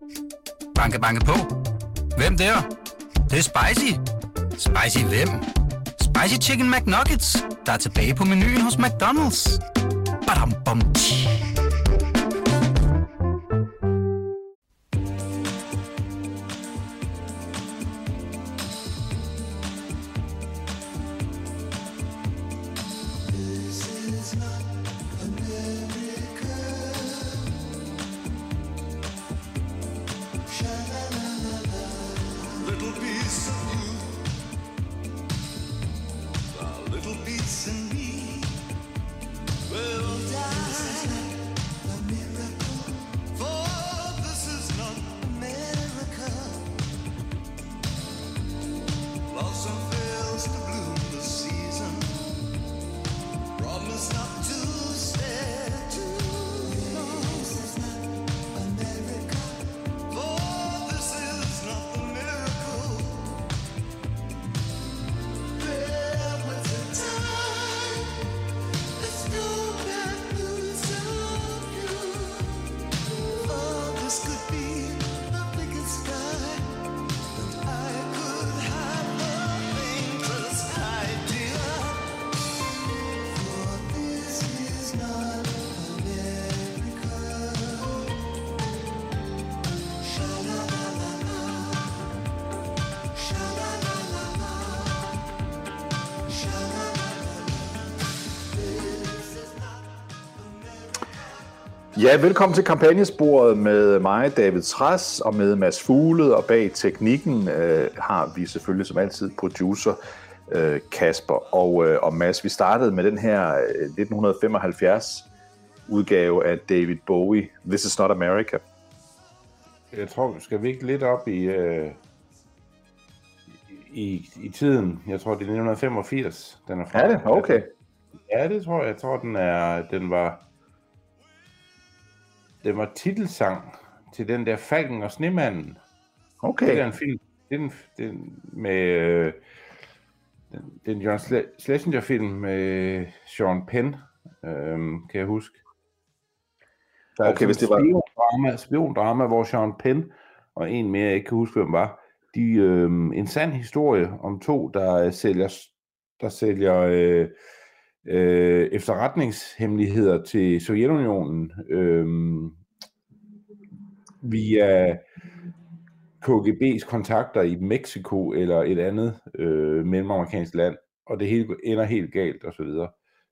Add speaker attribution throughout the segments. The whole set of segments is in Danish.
Speaker 1: Banke, banke på. Hvem der? Det er spicy. Spicy hvem? Spicy Chicken McNuggets, der er tilbage på menuen hos McDonald's. Badum, bom, tji.
Speaker 2: Ja, velkommen til kampagnesporet med mig, David Trads, og med Mads Fuglede, og bag teknikken har vi selvfølgelig som altid producer Kasper. Og Mads, vi startede med den her 1975 udgave af David Bowie, This Is Not America.
Speaker 3: Jeg tror, vi skal vikle lidt op i tiden. Jeg tror, det er 1985, den er fra.
Speaker 2: Er det? Okay.
Speaker 3: Ja, det tror jeg. Jeg tror, den var titelsang til den der Falken og Snemanden.
Speaker 2: Okay.
Speaker 3: Det er en film. Den med den John Schlesinger-film med Sean Penn, kan jeg huske. Der er
Speaker 2: okay, hvis det var
Speaker 3: spiondrama, hvor Sean Penn og en mere, jeg ikke kan huske, hvem var, en sand historie om to, der sælger efterretningshemmeligheder til Sovjetunionen via KGB's kontakter i Mexico eller et andet mellemamerikansk land, og det hele ender helt galt og så videre.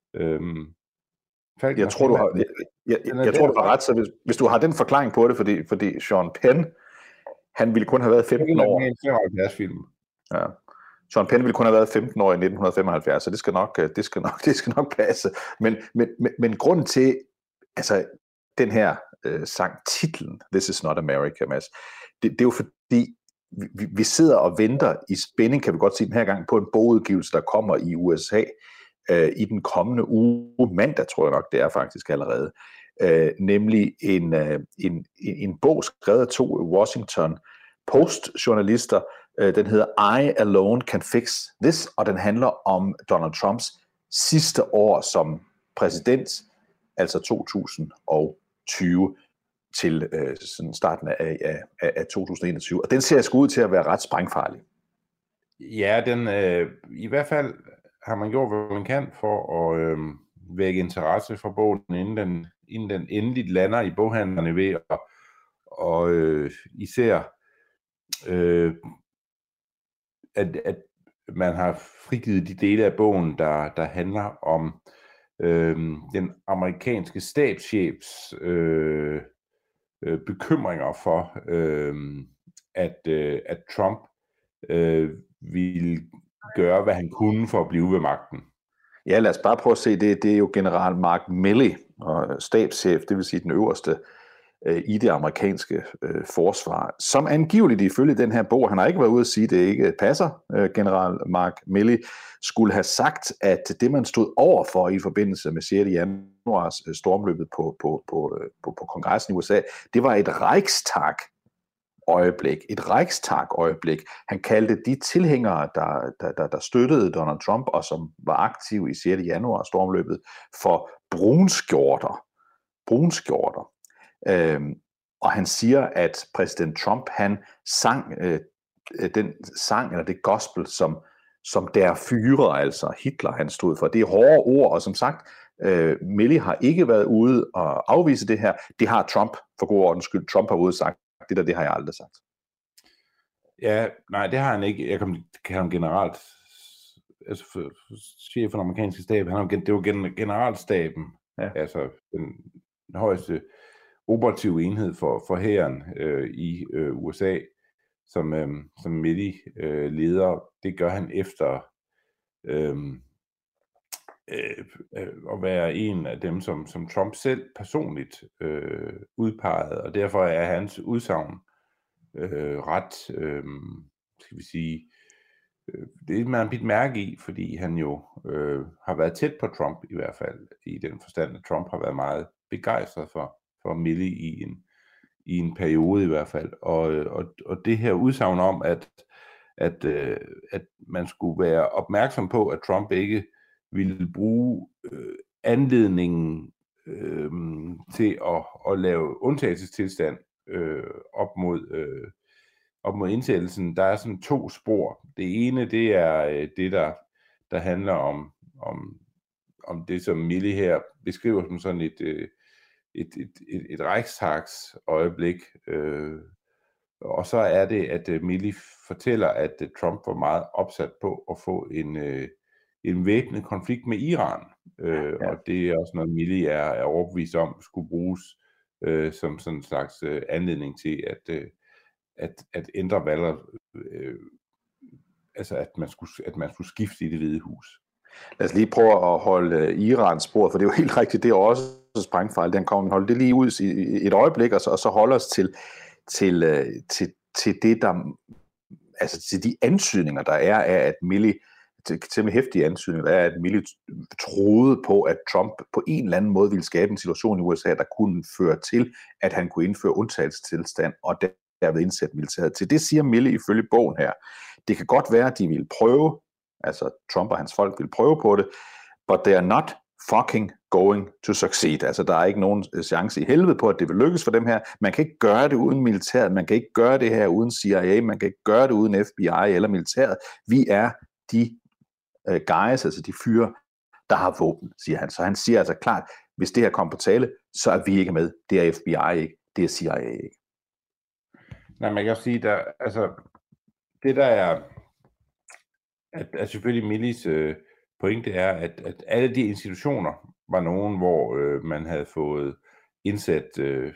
Speaker 2: Jeg tror, du har ret, så hvis du har den forklaring på det, fordi Sean Penn, han ville kun have været 15 år.
Speaker 3: Det er en 75-film.
Speaker 2: Ja. Sean Penn ville kun have været 15 år i 1975, så det skal nok passe. Men grunden til, altså den her sang, titlen This Is Not America, Mads, det er jo fordi, vi sidder og venter i spænding, kan vi godt sige den her gang, på en bogudgivelse, der kommer i USA i den kommende uge, mandag tror jeg nok, det er faktisk allerede, nemlig en bog skrevet af to Washington Post-journalister. Den hedder I Alone Can Fix This, og den handler om Donald Trumps sidste år som præsident, altså 2020 til sådan starten af 2021. Og den ser sgu ud til at være ret sprængfarlig.
Speaker 3: Ja, i hvert fald har man gjort, hvad man kan for at vække interesse for bogen, inden den endeligt lander i boghandlerne ved, og især at man har frigivet de dele af bogen, der handler om den amerikanske stabschefs bekymringer for, at Trump ville gøre, hvad han kunne for at blive ved magten.
Speaker 2: Ja, lad os bare prøve at se det. Det er jo general Mark Milley, og stabschef, det vil sige den øverste i det amerikanske forsvar, som angiveligt ifølge den her bog, han har ikke været ude at sige, at det ikke passer, general Mark Milley, skulle have sagt, at det man stod over for i forbindelse med 6. januars stormløbet på kongressen i USA, det var et Reichstag-øjeblik. Han kaldte de tilhængere, der støttede Donald Trump, og som var aktive i 6. januar stormløbet, for brunskjorter. Og han siger, at præsident Trump, han sang den sang, eller det gospel, som der fyrer, altså Hitler, han stod for. Det er hårde ord, og som sagt, Milley har ikke været ude og afvise det her. Det har Trump, for god ordens skyld. Trump har ude og sagt, det har jeg aldrig sagt.
Speaker 3: Ja, nej, det har han ikke. Jeg kan ham generelt, altså chef for den amerikanske stab, det var generalstaben, ja. Altså den højeste operative enhed for hæren i USA, som Milley leder. Det gør han efter at være en af dem, som Trump selv personligt udpegede, og derfor er hans udsagn ret, skal vi sige, det er man bidt mærke i, fordi han jo har været tæt på Trump i hvert fald, i den forstand, at Trump har været meget begejstret for Milley i en periode i hvert fald, og det her udsagn om, at man skulle være opmærksom på, at Trump ikke ville bruge anledningen til at lave undtagelsestilstand op mod indsættelsen. Der er sådan 2 spor. Det ene, det er det, der handler om det, som Milley her beskriver som sådan et Reichstags øjeblik. Og så er det, at Milley fortæller, at Trump var meget opsat på at få en væbnet konflikt med Iran. Ja. Og det er også noget, Milley er overbevist om, skulle bruges som sådan en slags anledning til at ændre valget, altså at man skulle skifte i Det Hvide Hus.
Speaker 2: Lad os lige prøve at holde Irans spor, for det er jo helt rigtigt, det er også sprængfejl, den kommer, holde det lige ud i et øjeblik, og så holde os til det, der, altså til de antydninger, der er af, at Milley, temmelig heftige antydninger, der er, at Milley troede på, at Trump på en eller anden måde ville skabe en situation i USA, der kunne føre til, at han kunne indføre undtagelsestilstand, og derved indsætte militæret. Til det siger Milley ifølge bogen her. Det kan godt være, at de vil prøve, altså Trump og hans folk vil prøve på det, but they are not fucking going to succeed. Altså der er ikke nogen chance i helvede på, at det vil lykkes for dem her. Man kan ikke gøre det uden militæret, man kan ikke gøre det her uden CIA, man kan ikke gøre det uden FBI eller militæret. Vi er de guys, altså de fyre, der har våben, siger han. Så han siger altså klart, hvis det her kommer på tale, så er vi ikke med. Det er FBI ikke, det er CIA ikke.
Speaker 3: Nej, man kan også sige, der, altså det der er, at selvfølgelig Milleys pointe er, at alle de institutioner var nogen, hvor man havde fået indsat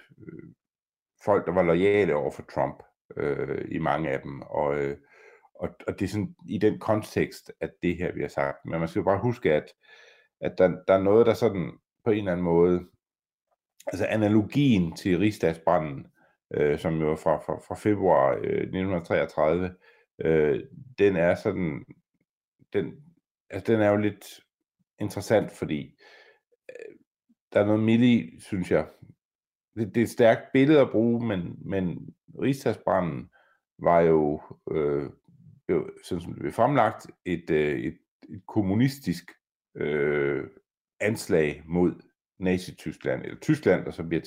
Speaker 3: folk, der var loyale over for Trump i mange af dem, og det er sådan i den kontekst, at det her vi har sagt. Men man skal jo bare huske, at der er noget, der sådan på en eller anden måde, altså analogien til rigsdagsbranden, som jo fra februar 1933, den er sådan, den er jo lidt interessant, fordi der er noget Milley, synes jeg, det er et stærkt billede at bruge, men rigsdagsbranden var jo, sådan som det blev fremlagt, et kommunistisk anslag mod Nazi-Tyskland, eller Tyskland, der så bliver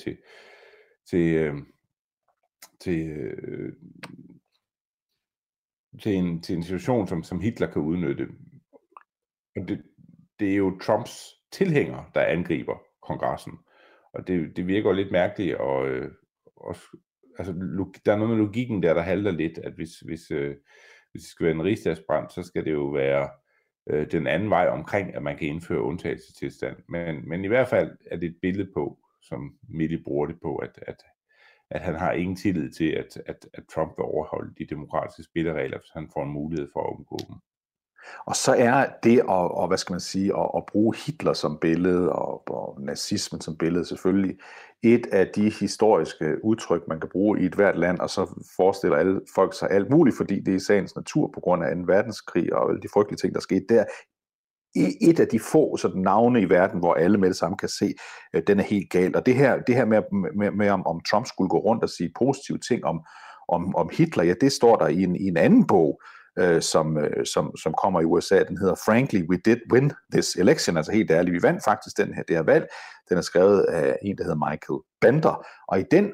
Speaker 3: til en situation, som Hitler kan udnytte. Og det er jo Trumps tilhængere, der angriber kongressen. Og det virker lidt mærkeligt, og altså, der er noget med logikken der halter lidt, at hvis det skal være en rigsdagsbrand, så skal det jo være den anden vej omkring, at man kan indføre undtagelsestilstand. Men i hvert fald er det et billede på, som Milley bruger det på, at han har ingen tillid til, at Trump vil overholde de demokratiske spilleregler, hvis han får en mulighed for at omgå dem.
Speaker 2: Og så er det at hvad skal man sige, at bruge Hitler som billede og nazismen som billede selvfølgelig et af de historiske udtryk, man kan bruge i et hvert land, og så forestiller alle folk sig alt muligt, fordi det er i sagens natur på grund af 2. verdenskrig og alle de frygtelige ting, der skete der. Et af de få sådan navne i verden, hvor alle med det samme kan se, den er helt galt. Og det her med om Trump skulle gå rundt og sige positive ting om Hitler, ja, det står der i en anden bog, som kommer i USA. Den hedder Frankly, We Did Win This Election. Altså helt ærligt, vi vandt faktisk det her valg. Den er skrevet af en, der hedder Michael Bender. Og i den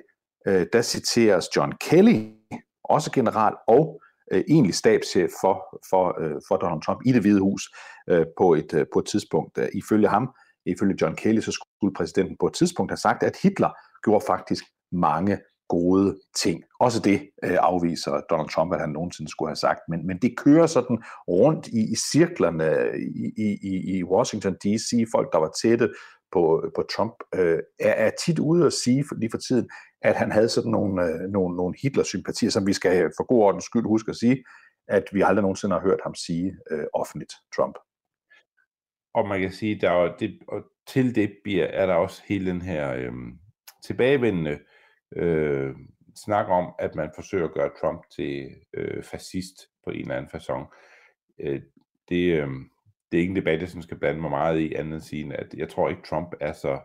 Speaker 2: der citeres John Kelly, også general og egentlig stabschef for Donald Trump i Det Hvide Hus på et tidspunkt. Ifølge John Kelly, så skulle præsidenten på et tidspunkt have sagt, at Hitler gjorde faktisk mange gode ting. Også det afviser Donald Trump, at han nogensinde skulle have sagt. Men det kører sådan rundt i cirklerne i Washington D.C. Folk, der var tætte på Trump, er tit ude at sige lige for tiden, at han havde sådan nogle Hitler-sympatier, som vi skal for god ordens skyld huske at sige, at vi aldrig nogensinde har hørt ham sige offentligt, Trump.
Speaker 3: Og man kan sige, og til det er der også hele den her tilbagevendende snak om, at man forsøger at gøre Trump til fascist på en eller anden facon. Det er ikke en debat, jeg skal blande mig meget i, andet end at sige, at jeg tror ikke, Trump er så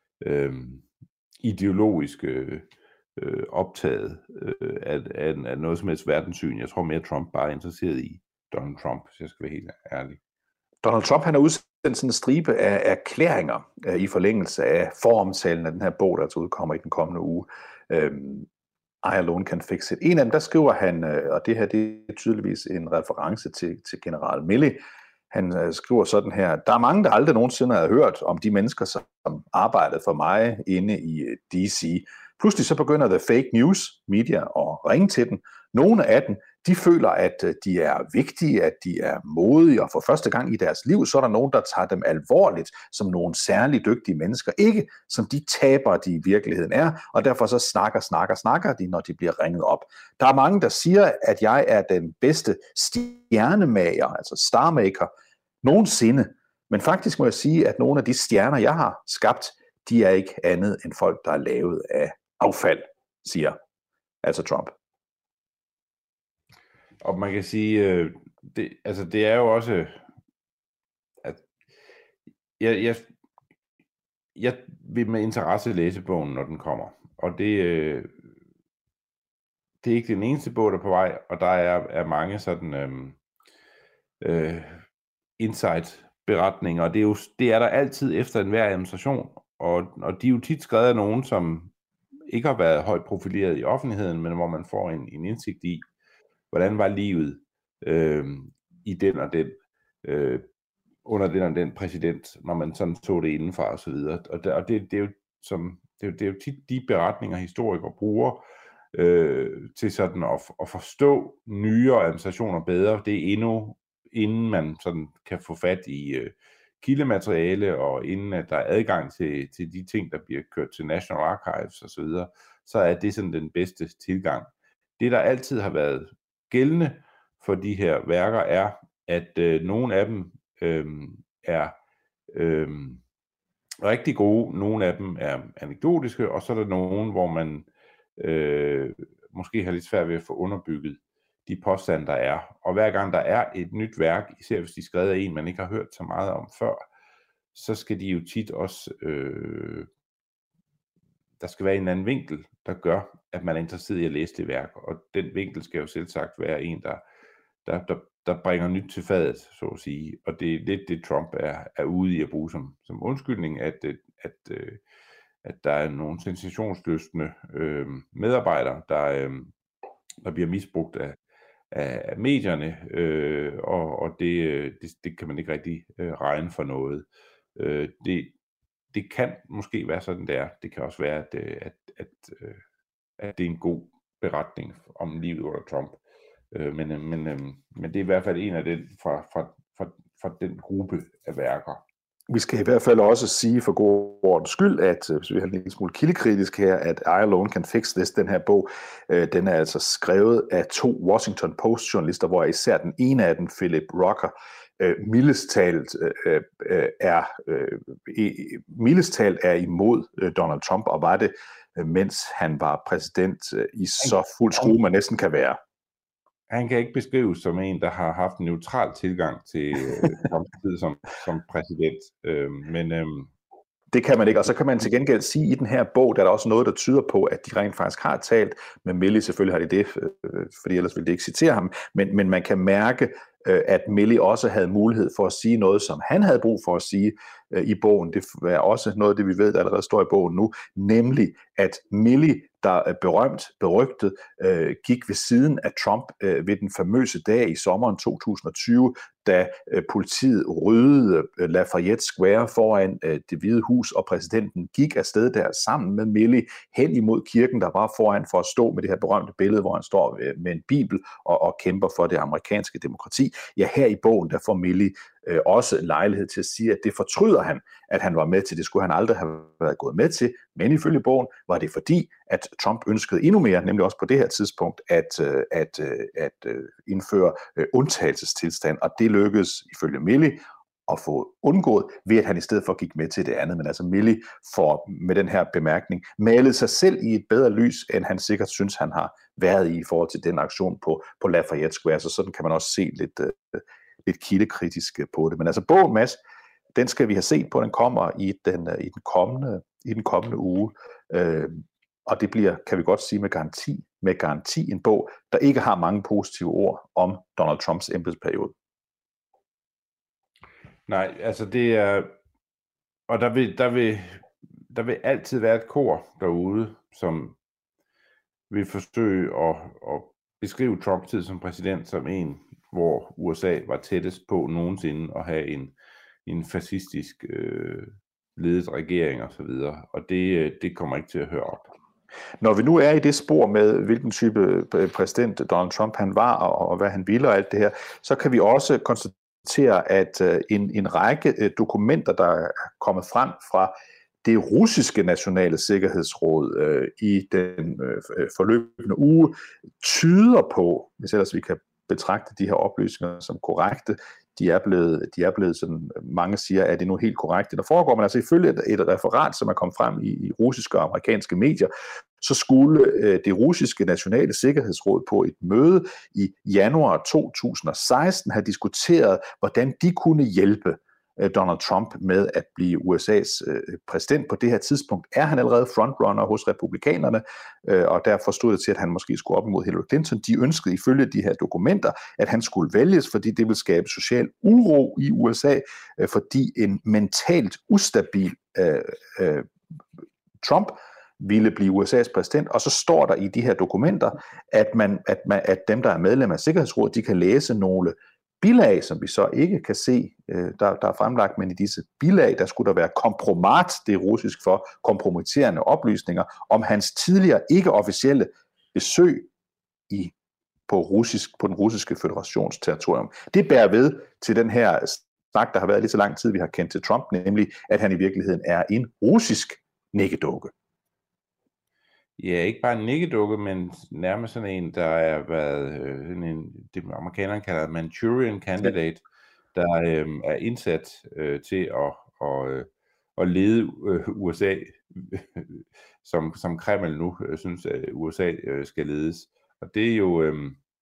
Speaker 3: ideologisk optaget af noget som helst verdenssyn. Jeg tror mere, Trump bare er interesseret i Donald Trump, hvis jeg skal være helt ærlig.
Speaker 2: Donald Trump, han har udsendt sådan en stribe af erklæringer i forlængelse af foromtalen af den her bog, der udkommer i den kommende uge. I Alone Can Fix It. En af dem, der skriver han, og det her det er tydeligvis en reference til general Milley. Han skriver sådan her: der er mange, der aldrig nogensinde har hørt om de mennesker, som arbejdede for mig inde i D.C. Pludselig så begynder the fake news media at ringe til den. Nogle af dem, de føler, at de er vigtige, at de er modige, og for første gang i deres liv, så er der nogen, der tager dem alvorligt som nogle særligt dygtige mennesker. Ikke som de tabere, de i virkeligheden er, og derfor så snakker de, når de bliver ringet op. Der er mange, der siger, at jeg er den bedste stjernemager, altså starmaker, nogensinde. Men faktisk må jeg sige, at nogle af de stjerner, jeg har skabt, de er ikke andet end folk, der er lavet af affald, siger altså Trump.
Speaker 3: Og man kan sige, det er jo også, at jeg vil med interesse læse bogen, når den kommer. Og det er ikke den eneste bog, der er på vej, og der er mange sådan insight-beretninger, og det er der altid efter enhver administration, og de er jo tit skrevet af nogen, som ikke har været højt profileret i offentligheden, men hvor man får en indsigt i, hvordan var livet i den og den, under den og den præsident, når man sådan så det indenfra og så videre. Og det er jo tit de beretninger, historikere bruger til sådan at forstå nyere administrationer bedre. Det er endnu, inden man sådan kan få fat i kildemateriale, og inden at der er adgang til de ting, der bliver kørt til National Archives og så videre, så er det sådan den bedste tilgang. Det, der altid har været gældende for de her værker, er, at nogle af dem er rigtig gode, nogle af dem er anekdotiske, og så er der nogen, hvor man måske har lidt svært ved at få underbygget de påstande, der er. Og hver gang der er et nyt værk, især hvis de er skrevet af en, man ikke har hørt så meget om før, så skal de jo tit også, der skal være en anden vinkel, der gør, at man er interesseret i at læse det værk. Og den vinkel skal jo selvsagt være en, der bringer nyt til fadet, så at sige. Og det er lidt det, Trump er ude i at bruge som undskyldning, at der er nogle sensationslystne medarbejdere, der bliver misbrugt af medierne, og det kan man ikke rigtig regne for noget. Det kan måske være sådan, det er. Det kan også være, at det er en god beretning om livet under Trump. Men det er i hvert fald en af den fra den gruppe af værker.
Speaker 2: Vi skal i hvert fald også sige for god ordens skyld, at hvis vi har en lille smule kildekritisk her, at I Alone Can Fix This, den her bog, den er altså skrevet af 2 Washington Post-journalister, hvor især den ene af dem, Philip Rucker, mildest talt er imod Donald Trump, og var det, mens han var præsident i så fuld skrue, man næsten kan være.
Speaker 3: Han kan ikke beskrives som en, der har haft en neutral tilgang til tid som præsident.
Speaker 2: Det kan man ikke, og så kan man til gengæld sige, i den her bog, der er der også noget, der tyder på, at de rent faktisk har talt med Milley. Selvfølgelig har de det, fordi ellers ville de ikke citere ham, men man kan mærke, at Milley også havde mulighed for at sige noget, som han havde brug for at sige i bogen. Det er også noget af det, vi ved, der allerede står i bogen nu, nemlig at Milley der berygtet, gik ved siden af Trump ved den famøse dag i sommeren 2020, da politiet ryddede Lafayette Square foran Det Hvide Hus, og præsidenten gik afsted der sammen med Milley hen imod kirken, der var foran, for at stå med det her berømte billede, hvor han står med en bibel og kæmper for det amerikanske demokrati. Ja, her i bogen, der får Milley også lejlighed til at sige, at det fortryder han, at han var med til. Det skulle han aldrig have været gået med til, men ifølge bogen var det fordi, at Trump ønskede endnu mere, nemlig også på det her tidspunkt, at indføre undtagelsestilstand, og det lykkedes ifølge Milley at få undgået, ved at han i stedet for gik med til det andet. Men altså Milley får med den her bemærkning malet sig selv i et bedre lys, end han sikkert synes, han har været i forhold til den aktion på Lafayette Square, så sådan kan man også se lidt kildekritisk på det. Men altså bogen, Mads, den skal vi have set på, den kommer i den kommende uge, og det bliver, kan vi godt sige med garanti en bog, der ikke har mange positive ord om Donald Trumps embedsperiode.
Speaker 3: Nej, altså det er, og der vil altid være et kor derude, som vil forsøge at beskrive Trumps tid som præsident som en, hvor USA var tættest på nogensinde at have en fascistisk ledet regering og så videre, og det kommer ikke til at høre op.
Speaker 2: Når vi nu er i det spor med, hvilken type præsident Donald Trump han var, og hvad han ville og alt det her, så kan vi også konstatere, at en række dokumenter, der er kommet frem fra det russiske nationale sikkerhedsråd i den forløbende uge, tyder på, hvis ellers vi kan betragte de her oplysninger som korrekte, de er blevet sådan, mange siger, at det nu helt korrekt, det der foregår, men altså ifølge et referat, som er kommet frem i russiske og amerikanske medier, så skulle det russiske nationale sikkerhedsråd på et møde i januar 2016 have diskuteret, hvordan de kunne hjælpe Donald Trump med at blive USA's præsident. På det her tidspunkt er han allerede frontrunner hos republikanerne, og derfor stod det til, at han måske skulle op imod Hillary Clinton. De ønskede ifølge de her dokumenter, at han skulle vælges, fordi det ville skabe social uro i USA, fordi en mentalt ustabil Trump ville blive USA's præsident, og så står der i de her dokumenter, at dem, der er medlem af Sikkerhedsrådet, de kan læse nogle bilag, som vi så ikke kan se, der er fremlagt, men i disse bilag, der skulle der være kompromat, det er russisk for kompromitterende oplysninger, om hans tidligere ikke-officielle besøg på den russiske føderations territorium. Det bærer ved til den her snak, der har været lige så lang tid, vi har kendt til Trump, nemlig at han i virkeligheden er en russisk nikkedukke.
Speaker 3: Ja, ikke bare en nikkedukke, men nærmest sådan en, der er været det amerikanerne kalder Manchurian Candidate, der er indsat til at lede USA, som Kreml nu synes, at USA skal ledes. Og det er jo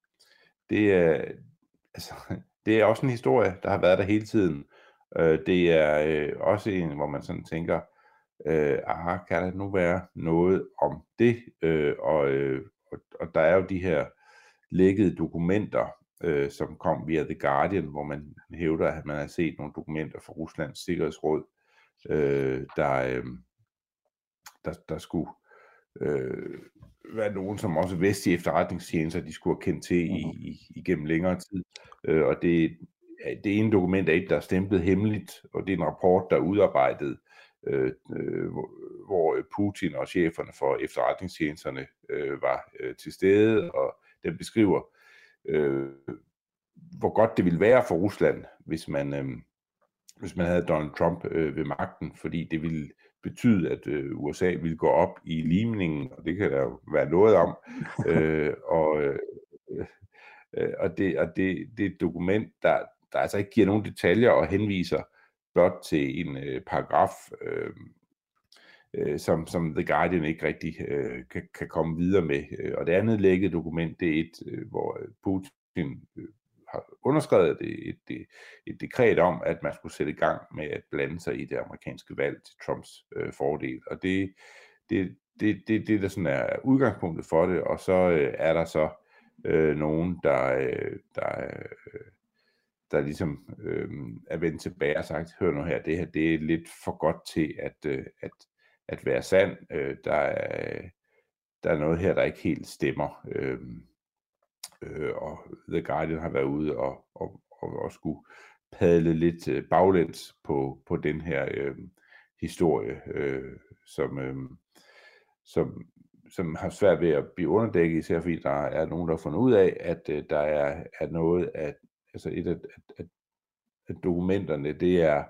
Speaker 3: det er også en historie, der har været der hele tiden. Det er også en, hvor man sådan tænker, kan der nu være noget om det? Og der er jo de her lækkede dokumenter, som kom via The Guardian, hvor man hævder, at man har set nogle dokumenter fra Ruslands Sikkerhedsråd, der skulle være nogen, som også vestlige efterretningstjenester, de skulle have kendt til igennem længere tid. Og det ene dokument er et, der er stemplet hemmeligt, og det er en rapport, der er udarbejdet, hvor Putin og cheferne for efterretningstjenesterne var til stede, og den beskriver, hvor godt det ville være for Rusland, hvis man havde Donald Trump ved magten, fordi det ville betyde, at USA ville gå op i limningen, og det kan der jo være noget om, og det er et dokument, der altså ikke giver nogen detaljer og henviser blot til en paragraf, som The Guardian ikke rigtig kan komme videre med. Og det andet lækkede dokument, det er et, hvor Putin har underskrevet et dekret om, at man skulle sætte i gang med at blande sig i det amerikanske valg til Trumps fordel. Og det der sådan er udgangspunktet for det, og så er der så nogen, der ligesom er vendt tilbage og sagt, hør nu her, det her det er lidt for godt til at være sand. der er noget her, der ikke helt stemmer. Og The Guardian har været ude og skulle padle lidt baglæns på den her historie, som har svært ved at blive underdækket, især fordi der er nogen, der har fundet ud af, at der er noget af, altså et af dokumenterne, det er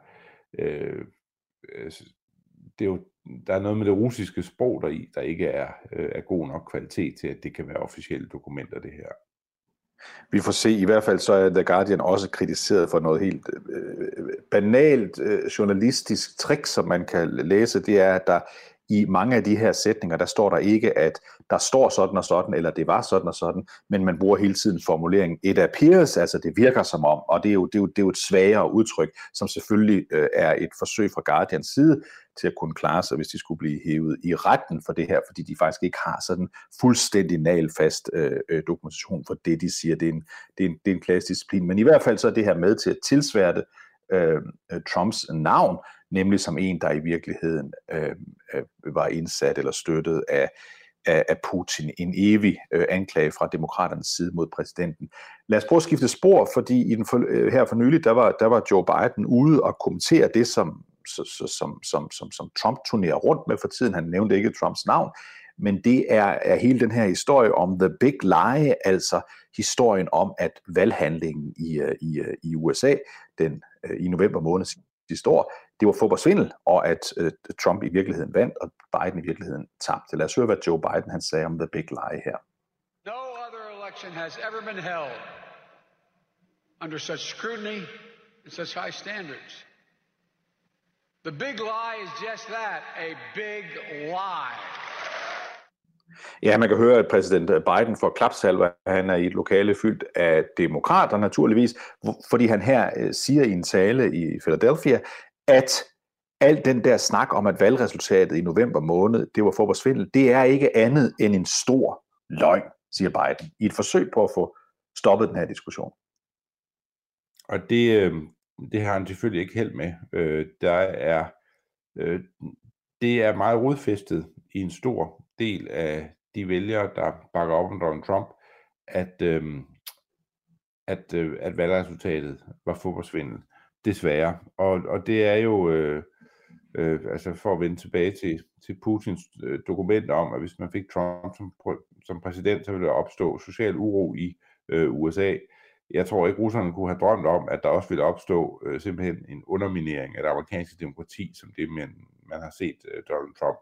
Speaker 3: jo, der er noget med det russiske sprog deri, der ikke er god nok kvalitet til, at det kan være officielle dokumenter, det her.
Speaker 2: Vi får se, i hvert fald så er The Guardian også kritiseret for noget helt banalt journalistisk trick, som man kan læse. Det er, at der i mange af de her sætninger, der står der ikke, at der står sådan og sådan, eller det var sådan og sådan, men man bruger hele tiden formuleringen it appears, altså det virker som om, og det er jo et svagere udtryk, som selvfølgelig er et forsøg fra Guardians side til at kunne klare sig, hvis de skulle blive hævet i retten for det her, fordi de faktisk ikke har sådan fuldstændig nagelfast dokumentation for det, de siger. Det er en klassisk disciplin, men i hvert fald så er det her med til at tilsværte Trumps navn, nemlig som en, der i virkeligheden var indsat eller støttet af Putin. En evig anklage fra demokraternes side mod præsidenten. Lad os prøve at skifte spor, fordi her for nylig, der var Joe Biden ude og kommentere det, som Trump turnerer rundt med for tiden. Han nævnte ikke Trumps navn, men det er hele den her historie om the big lie, altså historien om, at valghandlingen i USA i november måned sidste år, det var fodboldsvindel, og at Trump i virkeligheden vandt, og Biden i virkeligheden tabte. Lad os høre, hvad Joe Biden han sagde om the big lie her.
Speaker 4: No other election has ever been held under such scrutiny and such high standards. The big lie is just that, a big lie.
Speaker 2: Ja, man kan høre, at præsident Biden får klapsalver. Han er i et lokale fyldt af demokrater naturligvis, fordi han her siger i en tale i Philadelphia, at al den der snak om, at valgresultatet i november måned, det var fodboldsvindel, det er ikke andet end en stor løgn, siger Biden, i et forsøg på at få stoppet den her diskussion.
Speaker 3: Og det har han selvfølgelig ikke held med. Det er meget rodfæstet i en stor del af de vælgere, der bakker op om Donald Trump, at valgresultatet var fodboldsvindel. Desværre. Og det er jo, altså for at vende tilbage til Putins dokumenter om, at hvis man fik Trump som præsident, så ville der opstå social uro i USA. Jeg tror ikke, russerne kunne have drømt om, at der også ville opstå simpelthen en underminering af det amerikanske demokrati, som det man har set Donald Trump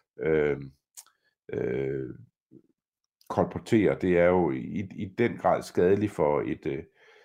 Speaker 3: kolportere. Det er jo i den grad skadeligt for et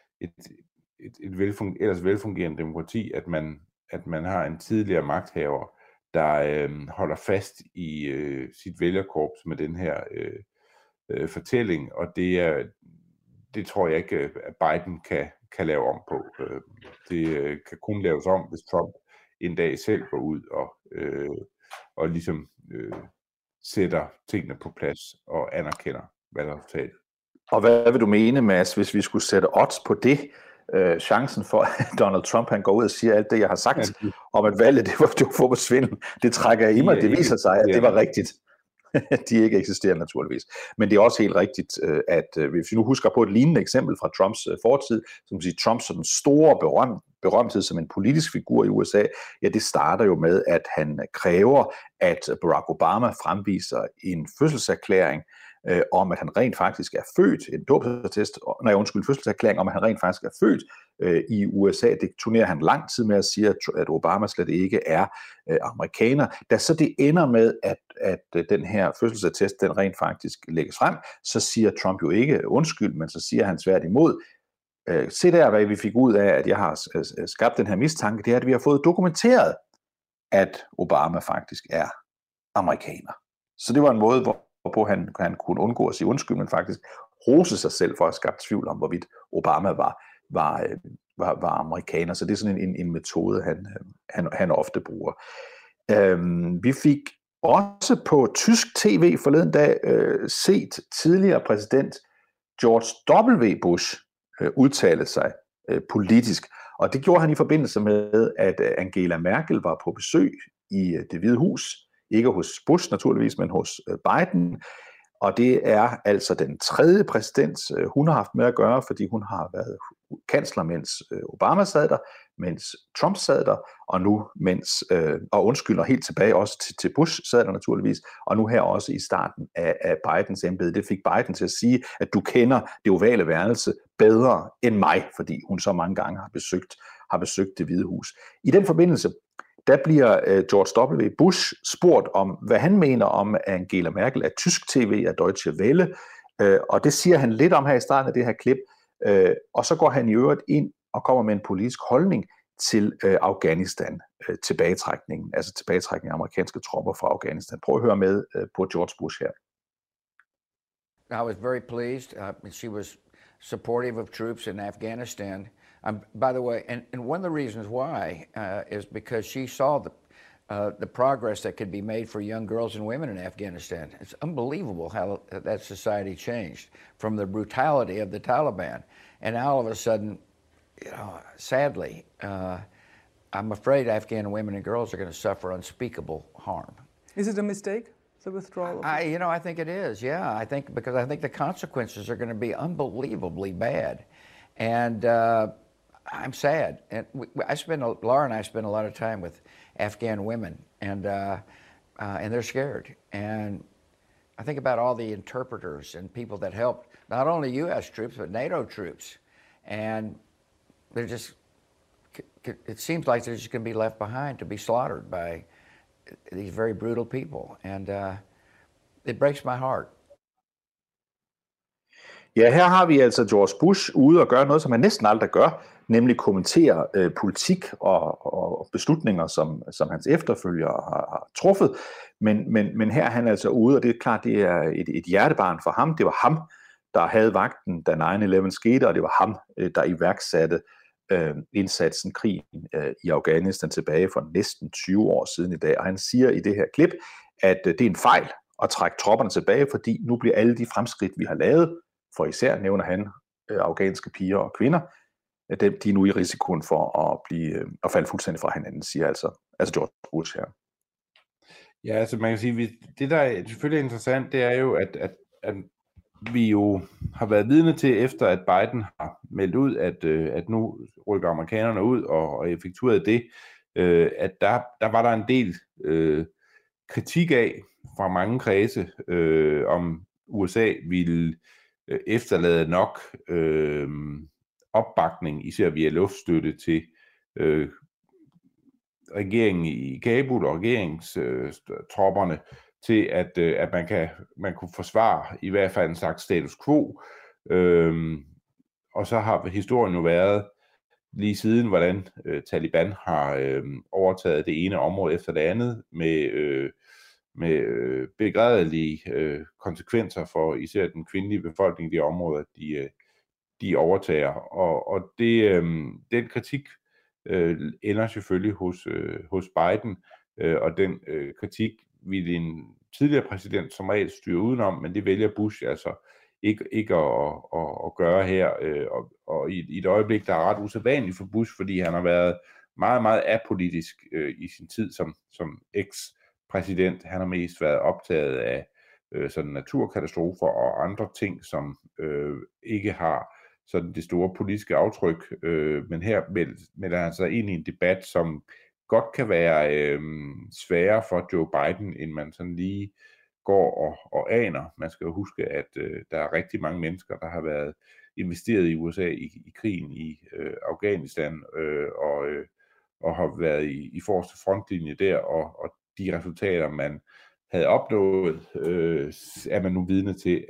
Speaker 3: ellers velfungerende demokrati, at man har en tidligere magthaver, der holder fast i sit vælgerkorps med den her fortælling, og det tror jeg ikke, at Biden kan lave om på. Det kan kun laves om, hvis Trump en dag selv går ud og ligesom sætter tingene på plads og anerkender valgresultatet. Og
Speaker 2: hvad vil du mene, Mads, hvis vi skulle sætte odds på det? Chancen for, at Donald Trump han går ud og siger alt det, jeg har sagt om, at valget det var fodboldsvindel, det trækker i mig. Det viser sig, at det var rigtigt. De ikke eksisterer naturligvis. Men det er også helt rigtigt, at hvis vi nu husker på et lignende eksempel fra Trumps fortid, som siger, Trumps sådan store berømthed som en politisk figur i USA, ja, det starter jo med, at han kræver, at Barack Obama fremviser en fødselserklæring om, at han rent faktisk er født, fødselserklæring om, at han rent faktisk er født i USA. Det turnerer han lang tid med at sige, at Obama slet ikke er amerikaner. Da så det ender med, at den her fødselsattest, den rent faktisk lægges frem, så siger Trump jo ikke undskyld, men så siger han svært imod. Se der, hvad vi fik ud af, at jeg har skabt den her mistanke, det er, at vi har fået dokumenteret, at Obama faktisk er amerikaner. Så det var en måde, hvorpå han kunne undgå at sige undskyld, men faktisk rose sig selv for at skabe tvivl om, hvorvidt Obama var amerikaner. Så det er sådan en metode, han ofte bruger. Vi fik også på tysk tv forleden dag set tidligere præsident George W. Bush udtale sig politisk. Og det gjorde han i forbindelse med, at Angela Merkel var på besøg i Det Hvide Hus. Ikke hos Bush naturligvis, men hos Biden. og det er altså den tredje præsident, hun har haft med at gøre, fordi hun har været kansler, mens Obama sad der, mens Trump sad der, og nu og undskylder helt tilbage også til Bush sad der naturligvis, og nu her også i starten af Bidens embede. Det fik Biden til at sige, at du kender det ovale værelse bedre end mig, fordi hun så mange gange har besøgt Det Hvide Hus. I den forbindelse, der bliver George W. Bush spurgt om, hvad han mener om Angela Merkel af tysk tv, af Deutsche Welle, og det siger han lidt om her i starten af det her klip, og så går han i øvrigt ind og kommer med en politisk holdning til Afghanistan, tilbagetrækningen af amerikanske tropper fra Afghanistan. Prøv at høre med på George Bush her.
Speaker 5: I was very pleased. She was supportive of troops in Afghanistan. By the way, and one of the reasons why is because she saw the progress that could be made for young girls and women in Afghanistan. It's unbelievable how that society changed from the brutality of the Taliban. And all of a sudden, sadly, I'm afraid Afghan women and girls are going to suffer unspeakable harm.
Speaker 6: Is it a mistake, the withdrawal?
Speaker 5: I think it is. Yeah, because I think the consequences are going to be unbelievably bad, and I'm sad. And Laura and I spend a lot of time with Afghan women, and they're scared. And I think about all the interpreters and people that helped, not only U.S. troops but NATO troops, and they're just. It seems like they're just going to be left behind to be slaughtered by these very brutal people, and it breaks my heart.
Speaker 2: Ja, her har vi altså George Bush ude og gøre noget, som han næsten aldrig gør, nemlig kommentere politik og beslutninger, som hans efterfølgere har truffet. Men her er han altså ude, og det er klart, det er et hjertebarn for ham. Det var ham, der havde vagten, da 9/11 skete, og det var ham, der iværksatte indsatsen, krigen i Afghanistan tilbage for næsten 20 år siden i dag. Og han siger i det her klip, at det er en fejl at trække tropperne tilbage, fordi nu bliver alle de fremskridt, vi har lavet, for især nævner han afghanske piger og kvinder, de er nu i risikoen for at falde fuldstændig fra hinanden, siger altså George Bush her.
Speaker 3: Ja, altså man kan sige, det der er selvfølgelig interessant, det er jo, at vi jo har været vidne til, efter at Biden har meldt ud, at nu rykker amerikanerne ud og effektuerede det, at der var der en del kritik af fra mange kredse, om USA ville efterlade nok opbakning, især via luftstøtte til regeringen i Kabul og regeringstropperne, til at man kunne forsvare i hvert fald en slags status quo. Og så har historien jo været lige siden, hvordan Taliban har overtaget det ene område efter det andet med begrædelige konsekvenser for især den kvindelige befolkning i de områder, de overtager. Og den kritik ender selvfølgelig hos Biden, og den kritik ville en tidligere præsident som regel styre udenom, men det vælger Bush altså ikke at gøre her. Og i et øjeblik, der er ret usædvanligt for Bush, fordi han har været meget, meget apolitisk i sin tid som eks-præsident. Han har mest været optaget af sådan naturkatastrofer og andre ting, som ikke har sådan det store politiske aftryk. Men her melder han sig ind i en debat, som godt kan være sværere for Joe Biden, end man sådan lige går og aner. Man skal jo huske, at der er rigtig mange mennesker, der har været investeret i USA i krigen i Afghanistan, og har været i forreste frontlinje der, og de resultater, man havde opnået, er man nu vidne til,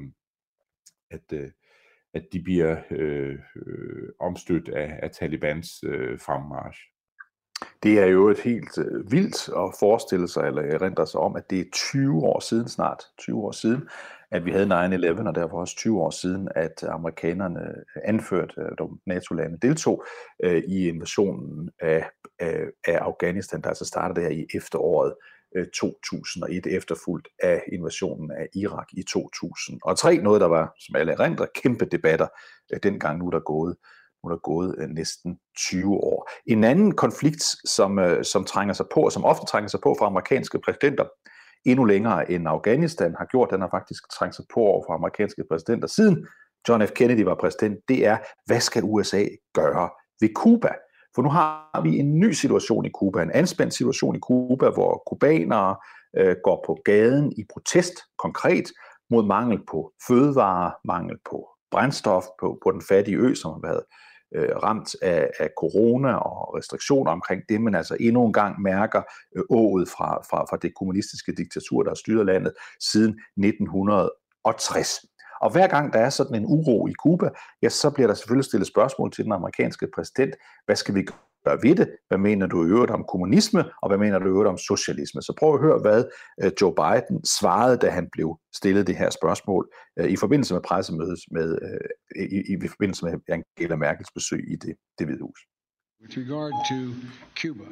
Speaker 3: at de bliver omstødt af Talibans fremmarch.
Speaker 2: Det er jo et helt vildt at forestille sig, eller erindre sig om, at det er 20 år siden, at vi havde 9/11, og derfor også 20 år siden, at amerikanerne anført, NATO-lande deltog i invasionen af Afghanistan, der altså startede der i efteråret 2001, efterfulgt af invasionen af Irak i 2003. Noget, der var, som alle erindrer, kæmpe debatter dengang. Nu er der gået næsten 20 år. En anden konflikt, som trænger sig på, og som ofte trænger sig på fra amerikanske præsidenter, endnu længere end Afghanistan har gjort. Den har faktisk trængt sig på over for amerikanske præsidenter siden John F. Kennedy var præsident. Det er, hvad skal USA gøre ved Cuba? For nu har vi en ny situation i Cuba, en anspændt situation i Cuba, hvor cubanere går på gaden i protest konkret mod mangel på fødevarer, mangel på brændstof på den fattige ø, som har været ramt af corona og restriktioner omkring det, men altså endnu en gang mærker ået fra det kommunistiske diktatur, der har styret landet siden 1960. Og hver gang der er sådan en uro i Cuba, ja, så bliver der selvfølgelig stillet spørgsmål til den amerikanske præsident. Hvad skal vi gøre ved det? Hvad mener du i øvrigt om kommunisme, og hvad mener du i øvrigt om socialisme? Så prøv at høre, hvad Joe Biden svarede, da han blev stillet det her spørgsmål i forbindelse med pressemødet i forbindelse med Angela Merkels besøg i det Hvide Hus.
Speaker 4: With regard to Cuba,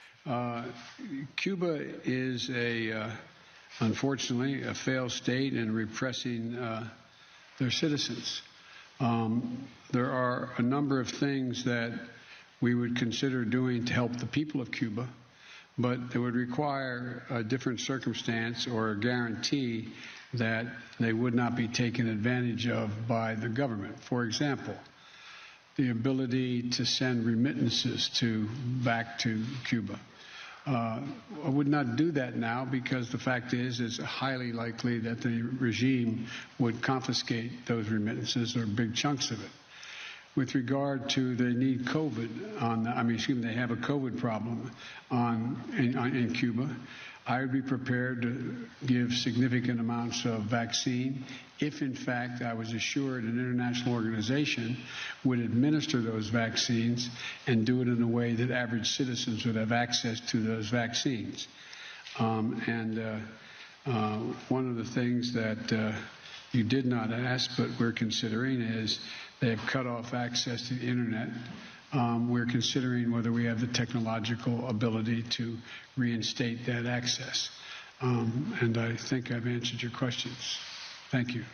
Speaker 4: Cuba is unfortunately a failed state in repressing their citizens. There are a number of things that we would consider doing to help the people of Cuba, but it would require a different circumstance or a guarantee that they would not be taken advantage of by the government. For example, the ability to send remittances back to Cuba. I would not do that now because the fact is it's highly likely that the regime would confiscate those remittances or big chunks of it. With regard to they need COVID they have a COVID problem in Cuba. I would be prepared to give significant amounts of vaccine if, in fact, I was assured an international organization would administer those vaccines and do it in a way that average citizens would have access to those vaccines. One of the things that you did not ask, but we're considering, is they have cut off access to the internet. We're considering whether we have the technological ability to reinstate that access. And I think I've answered your questions. Thank you.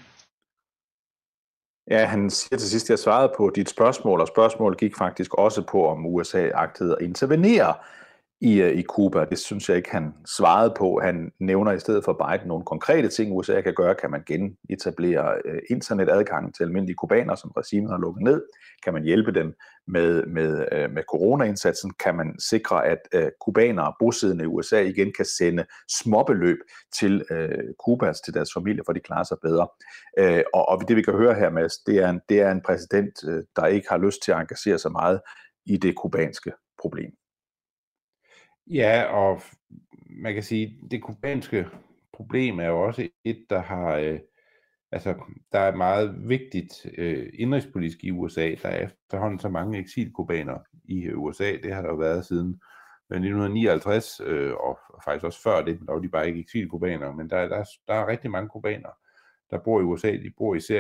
Speaker 2: Ja, han siger til sidst, at jeg svarede på dit spørgsmål, og spørgsmålet gik faktisk også på, om USA agtede at intervenere i Cuba. Det synes jeg ikke, han svarede på. Han nævner i stedet for Biden nogle konkrete ting, USA kan gøre. Kan man genetablere internetadgangen til almindelige cubanere, som regimet har lukket ned? Kan man hjælpe dem med coronaindsatsen? Kan man sikre, at cubanere bosiddende i USA igen kan sende småbeløb til Cuba, til deres familie, for de klarer sig bedre? Og det vi kan høre her, Mads, det er en præsident, der ikke har lyst til at engagere sig meget i det cubanske problem.
Speaker 3: Ja, og man kan sige, det kubanske problem er jo også et, der har, der er meget vigtigt indrigspolitisk i USA. Der er efterhånden så mange eksilkubanere i USA. Det har der jo været siden 1959, og faktisk også før det, der var de bare ikke eksilkubanere, men der er rigtig mange kubanere, der bor i USA. De bor især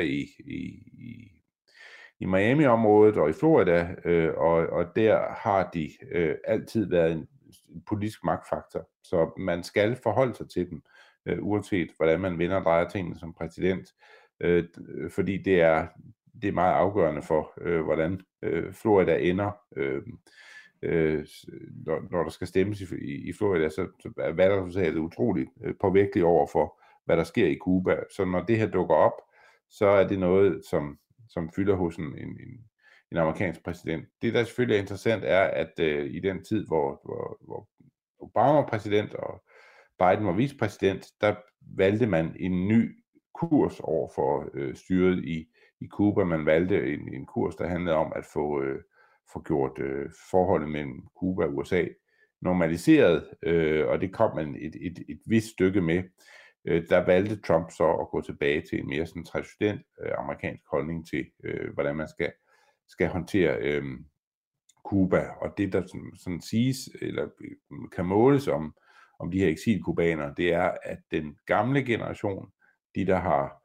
Speaker 3: i Miami-området og i Florida, og der har de altid været en politisk magtfaktor, så man skal forholde sig til dem, uanset hvordan man vender og drejer tingene som præsident, fordi det er meget afgørende for, hvordan Florida ender. Når der skal stemmes i Florida, så er valgresultatet utroligt påvirkeligt over for, hvad der sker i Cuba. Så når det her dukker op, så er det noget, som fylder hos en amerikansk præsident. Det, der selvfølgelig er interessant, er, at i den tid, hvor Obama var præsident og Biden var vicepræsident, der valgte man en ny kurs over for styret i Cuba. Man valgte en kurs, der handlede om at få gjort forholdet mellem Cuba og USA normaliseret, og det kom man et vist stykke med. Der valgte Trump så at gå tilbage til en mere sådan traditionel amerikansk holdning til, hvordan man skal håndtere Cuba, og det der sådan siges, eller kan måles om de her eksilkubanere, det er, at den gamle generation, de der har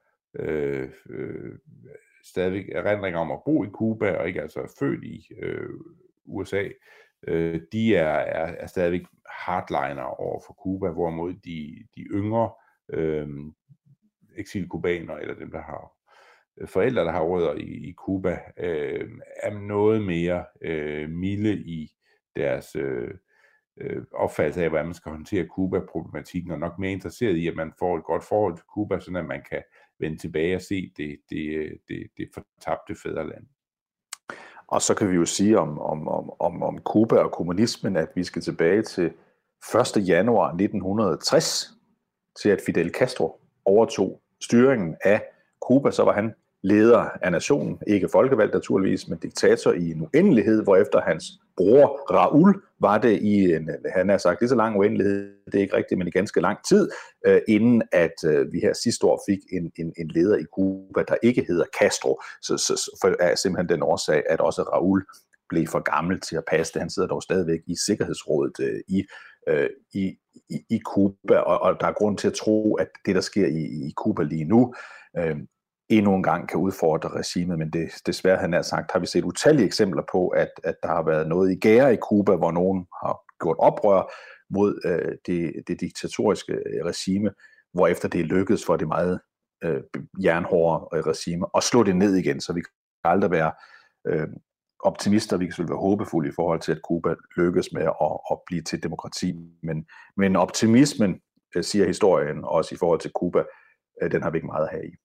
Speaker 3: stadigvæk erindringer om at bo i Cuba, og ikke altså er født i USA, de er stadigvæk hardliner over for Cuba, hvorimod de yngre eksilkubanere, eller dem, der har forældre, der har rødder i Cuba, er noget mere milde i deres opfattelse af, hvordan man skal håndtere Cuba-problematikken, og nok mere interesseret i, at man får et godt forhold til Cuba, sådan at man kan vende tilbage og se det fortabte fædreland.
Speaker 2: Og så kan vi jo sige om Cuba og kommunismen, at vi skal tilbage til 1. januar 1960, til at Fidel Castro overtog styringen af Cuba. Så var han leder af nationen, ikke folkevalgt naturligvis, men diktator i en uendelighed, hvorefter hans bror Raúl var det i han har sagt lige så lang uendelighed, det er ikke rigtigt, men i ganske lang tid, inden at vi her sidste år fik en leder i Cuba, der ikke hedder Castro, så er simpelthen den årsag, at også Raúl blev for gammel til at passe det. Han sidder dog stadigvæk i Sikkerhedsrådet i Cuba, og der er grund til at tro, at det, der sker i Cuba lige nu, endnu en gang kan udfordre regimet, men desværre, han har sagt, har vi set utallige eksempler på, at der har været noget i gære i Cuba, hvor nogen har gjort oprør mod det diktatoriske regime, hvorefter det er lykkedes for det meget jernhårde regime at slå det ned igen, så vi kan aldrig være optimister, vi kan selvfølgelig være håbefulde i forhold til, at Cuba lykkes med at blive til demokrati, men optimismen, siger historien, også i forhold til Cuba, den har vi ikke meget at have i.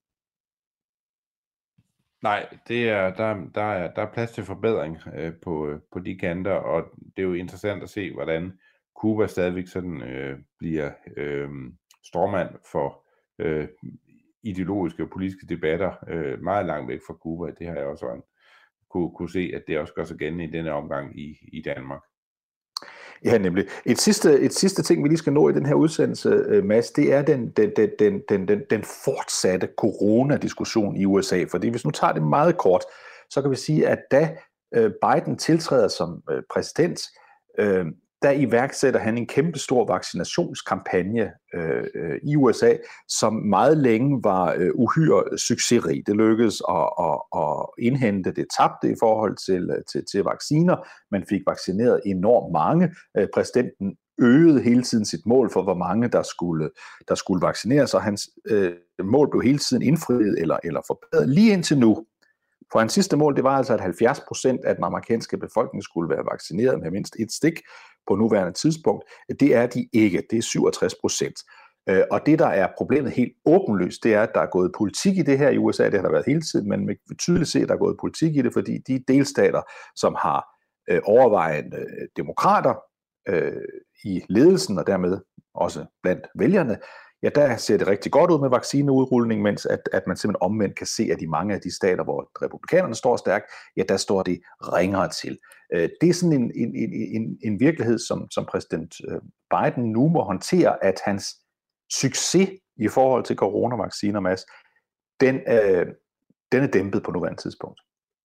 Speaker 3: Nej, der er plads til forbedring på de kanter, og det er jo interessant at se, hvordan Cuba stadigvæk sådan bliver stråmand for ideologiske og politiske debatter meget langt væk fra Cuba. Det har jeg også kunne se, at det også gør sig gældende i denne omgang i Danmark.
Speaker 2: Ja, nemlig. Et sidste ting, vi lige skal nå i den her udsendelse, Mads, det er den fortsatte coronadiskussion i USA. Fordi hvis nu tager det meget kort, så kan vi sige, at da Biden tiltræder som præsident, der iværksætter han en kæmpestor vaccinationskampagne i USA, som meget længe var uhyre succesrig. Det lykkedes at indhente det tabte i forhold til vacciner. Man fik vaccineret enormt mange. Præsidenten øgede hele tiden sit mål for, hvor mange der skulle vaccineres, og hans mål blev hele tiden indfriet eller forbedret lige indtil nu. For hans sidste mål, det var altså, at 70% af den amerikanske befolkning skulle være vaccineret med mindst et stik på nuværende tidspunkt. Det er de ikke. Det er 67%. Og det, der er problemet helt åbenlyst, det er, at der er gået politik i det her i USA. Det har der været hele tiden, men man kan tydeligt se, at der er gået politik i det, fordi de delstater, som har overvejende demokrater i ledelsen, og dermed også blandt vælgerne, ja, der ser det rigtig godt ud med vaccineudrulning, mens at man simpelthen omvendt kan se, at i mange af de stater, hvor republikanerne står stærkt, ja, der står det ringere til. Det er sådan en virkelighed, som præsident Biden nu må håndtere, at hans succes i forhold til coronavacciner, Mads, den er dæmpet på nuværende tidspunkt.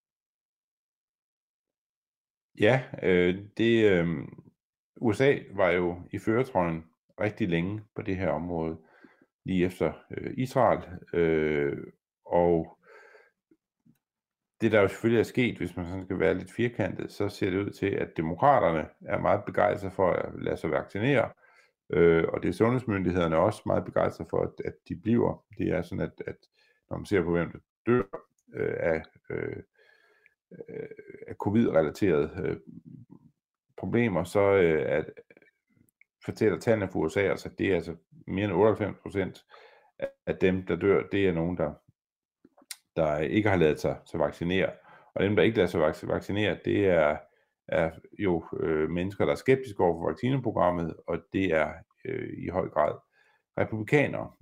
Speaker 3: Ja, USA var jo i førertrøjen rigtig længe på det her område, lige efter Israel, og det der jo selvfølgelig er sket, hvis man sådan skal være lidt firkantet, så ser det ud til, at demokraterne er meget begejstrede for at lade sig vaccinere, og det er sundhedsmyndighederne også meget begejstrede for, at de bliver. Det er sådan, at når man ser på, hvem der dør af covid-relaterede problemer, så fortæller tallene for USA, altså det er altså mere end 98% af dem, der dør, det er nogen, der ikke har ladet sig vaccinere. Og dem, der ikke lader sig vaccinere, det er jo mennesker, der er skeptiske over for vaccineprogrammet, og det er i høj grad republikanere.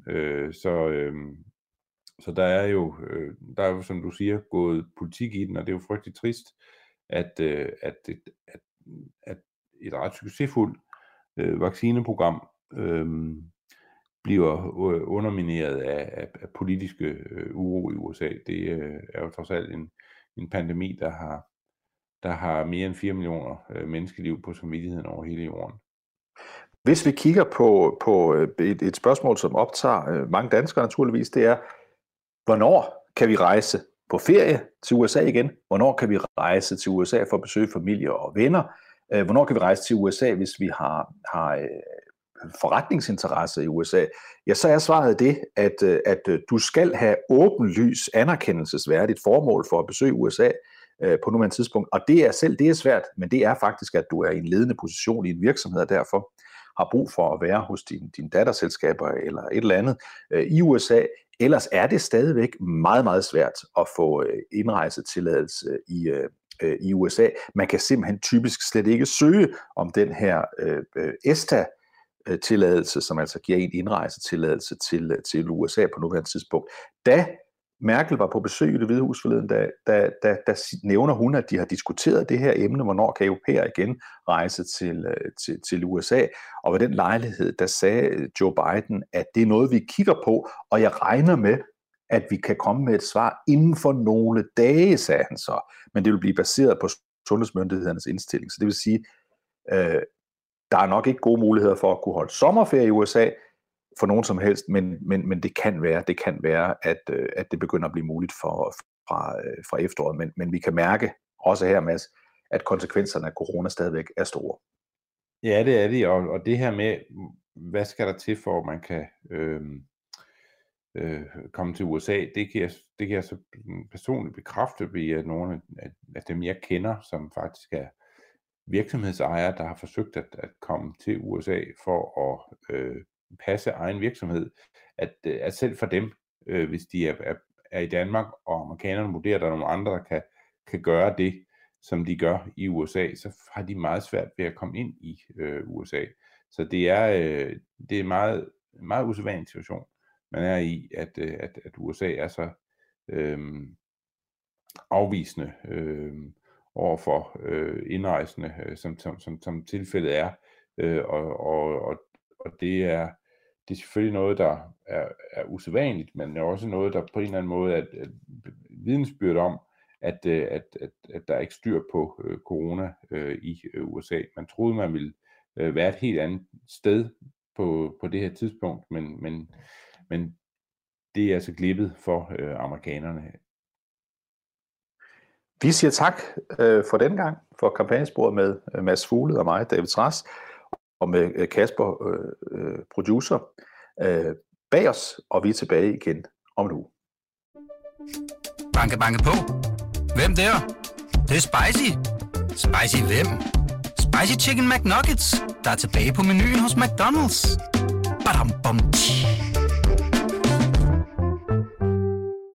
Speaker 3: Så der er jo, som du siger, gået politik i den, og det er jo frygtelig trist, at et ret succesfuldt vaccineprogram bliver undermineret af politiske uro i USA. Det er jo trods alt en pandemi, der har mere end 4 millioner menneskeliv på samvittigheden over hele jorden.
Speaker 2: Hvis vi kigger på et spørgsmål, som optager mange danskere naturligvis, det er, hvornår kan vi rejse på ferie til USA igen? Hvornår kan vi rejse til USA for at besøge familie og venner? Hvornår kan vi rejse til USA, hvis vi har forretningsinteresse i USA? Ja, så er svaret det, at du skal have åbenlys anerkendelsesværdigt formål for at besøge USA. på nuværende tidspunkt. Og det er svært, men det er faktisk, at du er i en ledende position i en virksomhed, og derfor har brug for at være hos dine datterselskaber eller et eller andet i USA. Ellers er det stadigvæk meget, meget svært at få indrejsetilladelse i USA. Man kan simpelthen typisk slet ikke søge om den her ESTA-tilladelse, som altså giver en indrejsetilladelse til USA på nuværende tidspunkt. Da Merkel var på besøg i Det Hvide Hus forleden, der nævner hun, at de har diskuteret det her emne, hvornår kan europæer igen rejse til USA. Og ved den lejlighed, der sagde Joe Biden, at det er noget, vi kigger på, og jeg regner med, at vi kan komme med et svar inden for nogle dage, sagde han så. Men det vil blive baseret på sundhedsmyndighedernes indstilling. Så det vil sige, der er nok ikke gode muligheder for at kunne holde sommerferie i USA, for nogen som helst, men det kan være, at det begynder at blive muligt fra efteråret. Men vi kan mærke, også her, Mads, at konsekvenserne af corona stadigvæk er store.
Speaker 3: Ja, det er det, og det her med, hvad skal der til for, at man kan komme til USA, det kan jeg så personligt bekræfte ved nogle af dem, jeg kender, som faktisk er virksomhedsejere, der har forsøgt at komme til USA for at passe egen virksomhed, at selv for dem, hvis de er i Danmark, og amerikanerne vurderer, at der er nogle andre, der kan gøre det, som de gør i USA, så har de meget svært ved at komme ind i USA. Så det er en meget, meget usædvanlig situation, man er i, at USA er så afvisende overfor indrejsende, som tilfældet er, og det er selvfølgelig noget, der er usædvanligt, men det er også noget, der på en eller anden måde er et vidensbyrd om, at der er ikke styr på corona i USA. Man troede, man ville være et helt andet sted på det her tidspunkt, men det er altså glippet for amerikanerne.
Speaker 2: Vi siger tak for den gang, for kampagnesporet med Mads Fuglede og mig, David Trads, og med Kasper, producer, bag os, og vi er tilbage igen om en uge.
Speaker 1: Banke, banke på. Hvem der? Det er spicy. Spicy hvem? Spicy Chicken McNuggets, der er tilbage på menuen hos McDonald's. Badum, bom, tji.